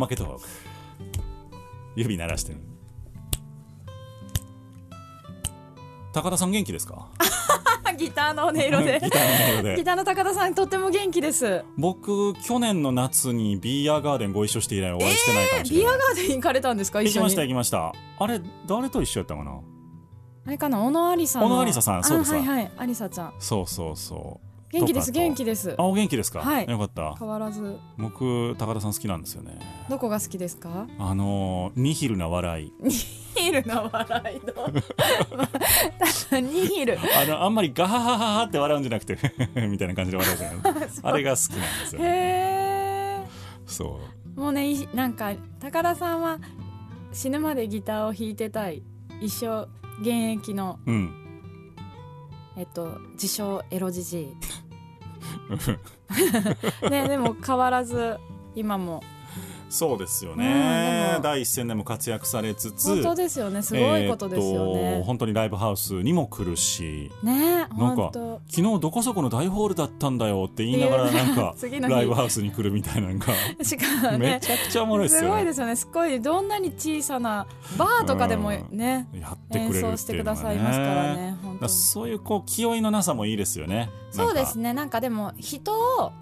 まけトーク。指鳴らしてる。高田さん元気ですか？ ギターの音色でギターの音色でギターの高田さんとっても元気です。 僕去年の夏にビアガーデンご一緒して以来お会いしてないかもしれない。 ビアガーデン行かれたんですか？一緒に。 行きました行きました。あれ誰と一緒やったかな。 あれかな、小野ありさんの。 小野ありささん、そうです。 はいはい、ありさちゃん。 そうそうそう。 元気です元気です。 あ、お元気ですか？ はい、 よかった。 変わらず。 僕高田さん好きなんですよね。 どこが好きですか？ ニヒルな笑い。 ニヒルな笑いのニヒルあんまりガハハハハって笑うんじゃなくてみたいな感じで笑うじゃないあれが好きなんですよ、ね、 へー。 そうもうね、なんか高田さんは死ぬまでギターを弾いてたい、一生現役の、 うん、 自称エロジジイね、でも変わらず今もそうですよね、第一線でも活躍されつつ、 本当ですよね、すごいことですよね、 本当にライブハウスにも来るしね、 なんか昨日どこそこの大ホールだったんだよって言いながらなんかライブハウスに来来るみたいなのがしかも、ね、 めちゃくちゃおもろいですよね。 すごいですよね。すごい、どんなに小さなバーとかでもね、 やってくれるっていうのがね、 演奏してくださいますからね。本当にそういうこう気負いのなさもいいですよね。 そうですね。なんかでも人を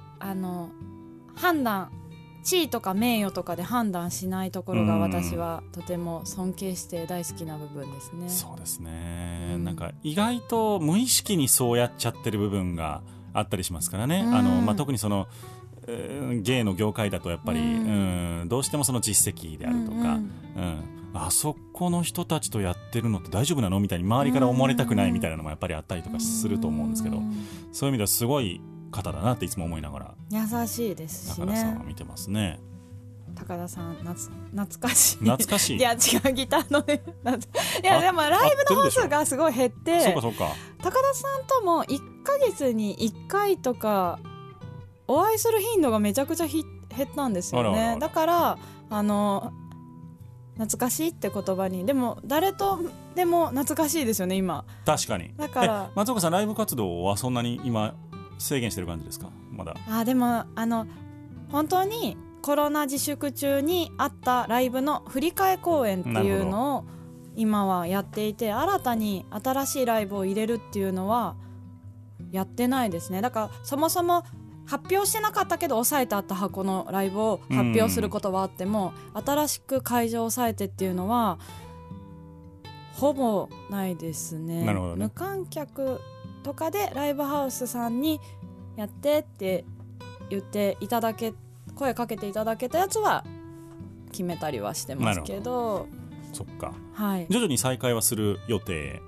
判断、地位とか名誉とかで判断しないところが私はとても尊敬して大好きな部分ですね。 そうですね、なんか意外と無意識にそうやっちゃってる部分があったりしますからね、特にその、芸の業界だとやっぱり、どうしてもその実績であるとか、あそこの人たちとやってるのって大丈夫なのみたいに周りから思われたくないみたいなのもやっぱりあったりとかすると思うんですけど、そういう意味ではすごい方だなっていつも思いながら優しいですしね。 高田さんは見てますね。 高田さん懐かしい懐かしい。 いや違う、ギターのねいやでもライブの本数がすごい減って、 そうかそうか、 高田さんとも1ヶ月に1回とかお会いする頻度がめちゃくちゃ減ったんですよね。だから懐かしいって言葉に、でも誰とでも懐かしいですよね今。 確かに。 だから松岡さんライブ活動はそんなに今制限してる感じですか？まだ。 でも本当にコロナ自粛中にあったライブの振り替え公演っていうのを今はやっていて、新たに新しいライブを入れるっていうのはやってないですね。だからそもそも発表してなかったけど抑えてあった箱のライブを発表することはあっても、新しく会場を抑えてっていうのはほぼないですね。 なるほどね。 無観客とかでライブハウスさんにやってって言っていただけ、声かけていただけたやつは決めたりはしてますけど。 そっか、 はい、 徐々に再開はする予定。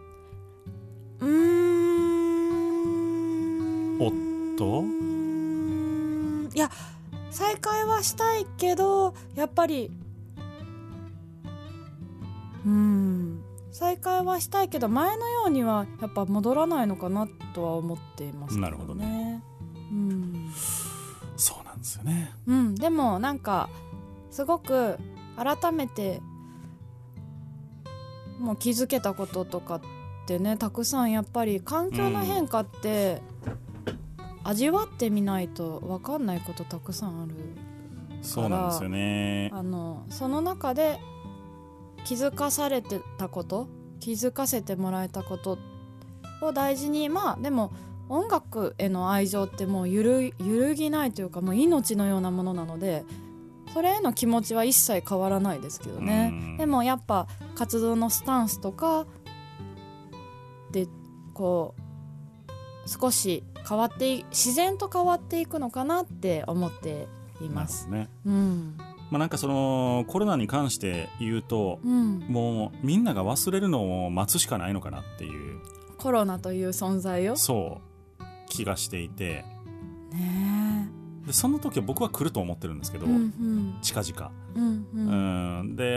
おっと、 いや再開はしたいけどやっぱり再開はしたいけど前のようにはやっぱ戻らないのかなとは思っていますけどね。 なるほどね。そうなんですよね。 でもなんかすごく改めてもう気づけたこととかってね、たくさんやっぱり環境の変化って味わってみないと分かんないことたくさんあるから。 そうなんですよね。 その中で気づかされてたこと、気づかせてもらえたことを大事に、でも音楽への愛情ってもう揺るぎないというか、もう命のようなものなので、それへの気持ちは一切変わらないですけどね。でもやっぱ活動のスタンスとかでこう少し自然と変わっていくのかなって思っています。 なるほどね。なんかそのコロナに関して言うと、もうみんなが忘れるのを待つしかないのかなっていう、 コロナという存在をそう気がしていて、でその時は僕は来ると思ってるんですけど、近々、で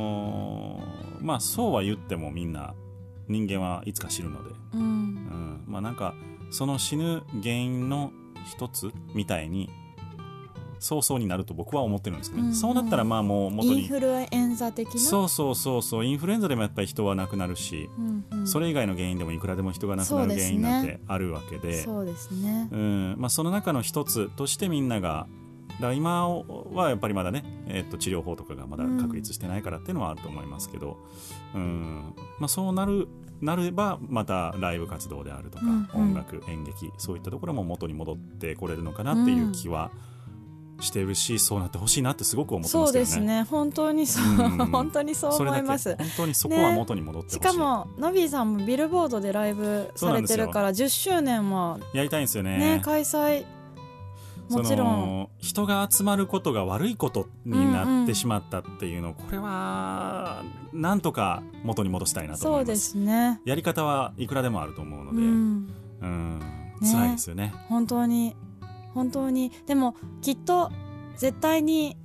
そうは言ってもみんな人間はいつか死ぬので、なんかその死ぬ原因の一つみたいに早々になると僕は思ってるんですけど、そうなったらもう元にインフルエンザ的な、 そうインフルエンザでもやっぱり人は亡くなるし、それ以外の原因でもいくらでも人が亡くなる原因なんてあるわけで、 そうですね。 その中の一つとしてみんながだから今はやっぱりまだね、治療法とかがまだ確立してないからっていうのはあると思いますけど、そうなればまたライブ活動であるとか、音楽演劇そういったところも元に戻ってこれるのかなっていう気はしてるし、そうなってほしいなってすごく思ってますけどね。 そうですね、本当にそう、本当にそう思います。 本当にそこは元に戻ってほしい、 しかものびーさんもビルボードでライブされてるから10周年はやりたいんですよね。 開催もちろん人が集まることが悪いことになってしまったっていうの、これはなんとか元に戻したいなと思います。 そうですね、 やり方はいくらでもあると思うので、辛いですよね。 本当に本当に。でもきっと絶対に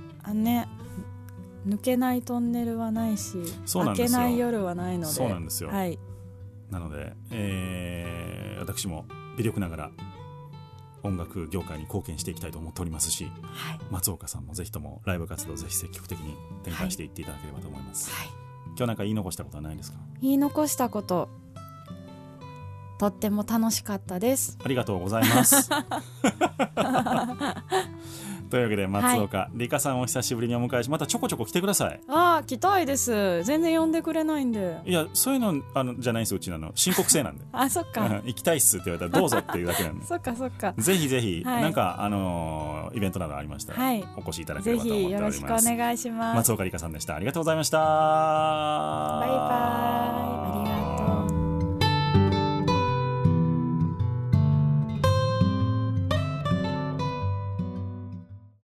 抜けないトンネルはないし、開けない夜はないので。 そうなんですよ、 はい、 なので、私も微力ながら音楽業界に貢献していきたいと思っておりますし、松岡さんもぜひともライブ活動をぜひ積極的に展開していっていただければと思います、今日なんか言い残したことはないですか？ 言い残したこと、とっても楽しかったです。 ありがとうございますというわけで松岡里香さんを久しぶりにお迎えし、またちょこちょこ来てください。 来たいです。全然呼んでくれないんで。 いや、そういうのじゃないんですよ、うちの申告制なんでそっか行きたいっすって言われたらどうぞっていうだけなんでそっかそっか、 ぜひぜひ、なんかイベントなどありましたら、お越しいただければと思っております。 ぜひよろしくお願いします。 松岡里香さんでした。ありがとうございました。 バイバイ。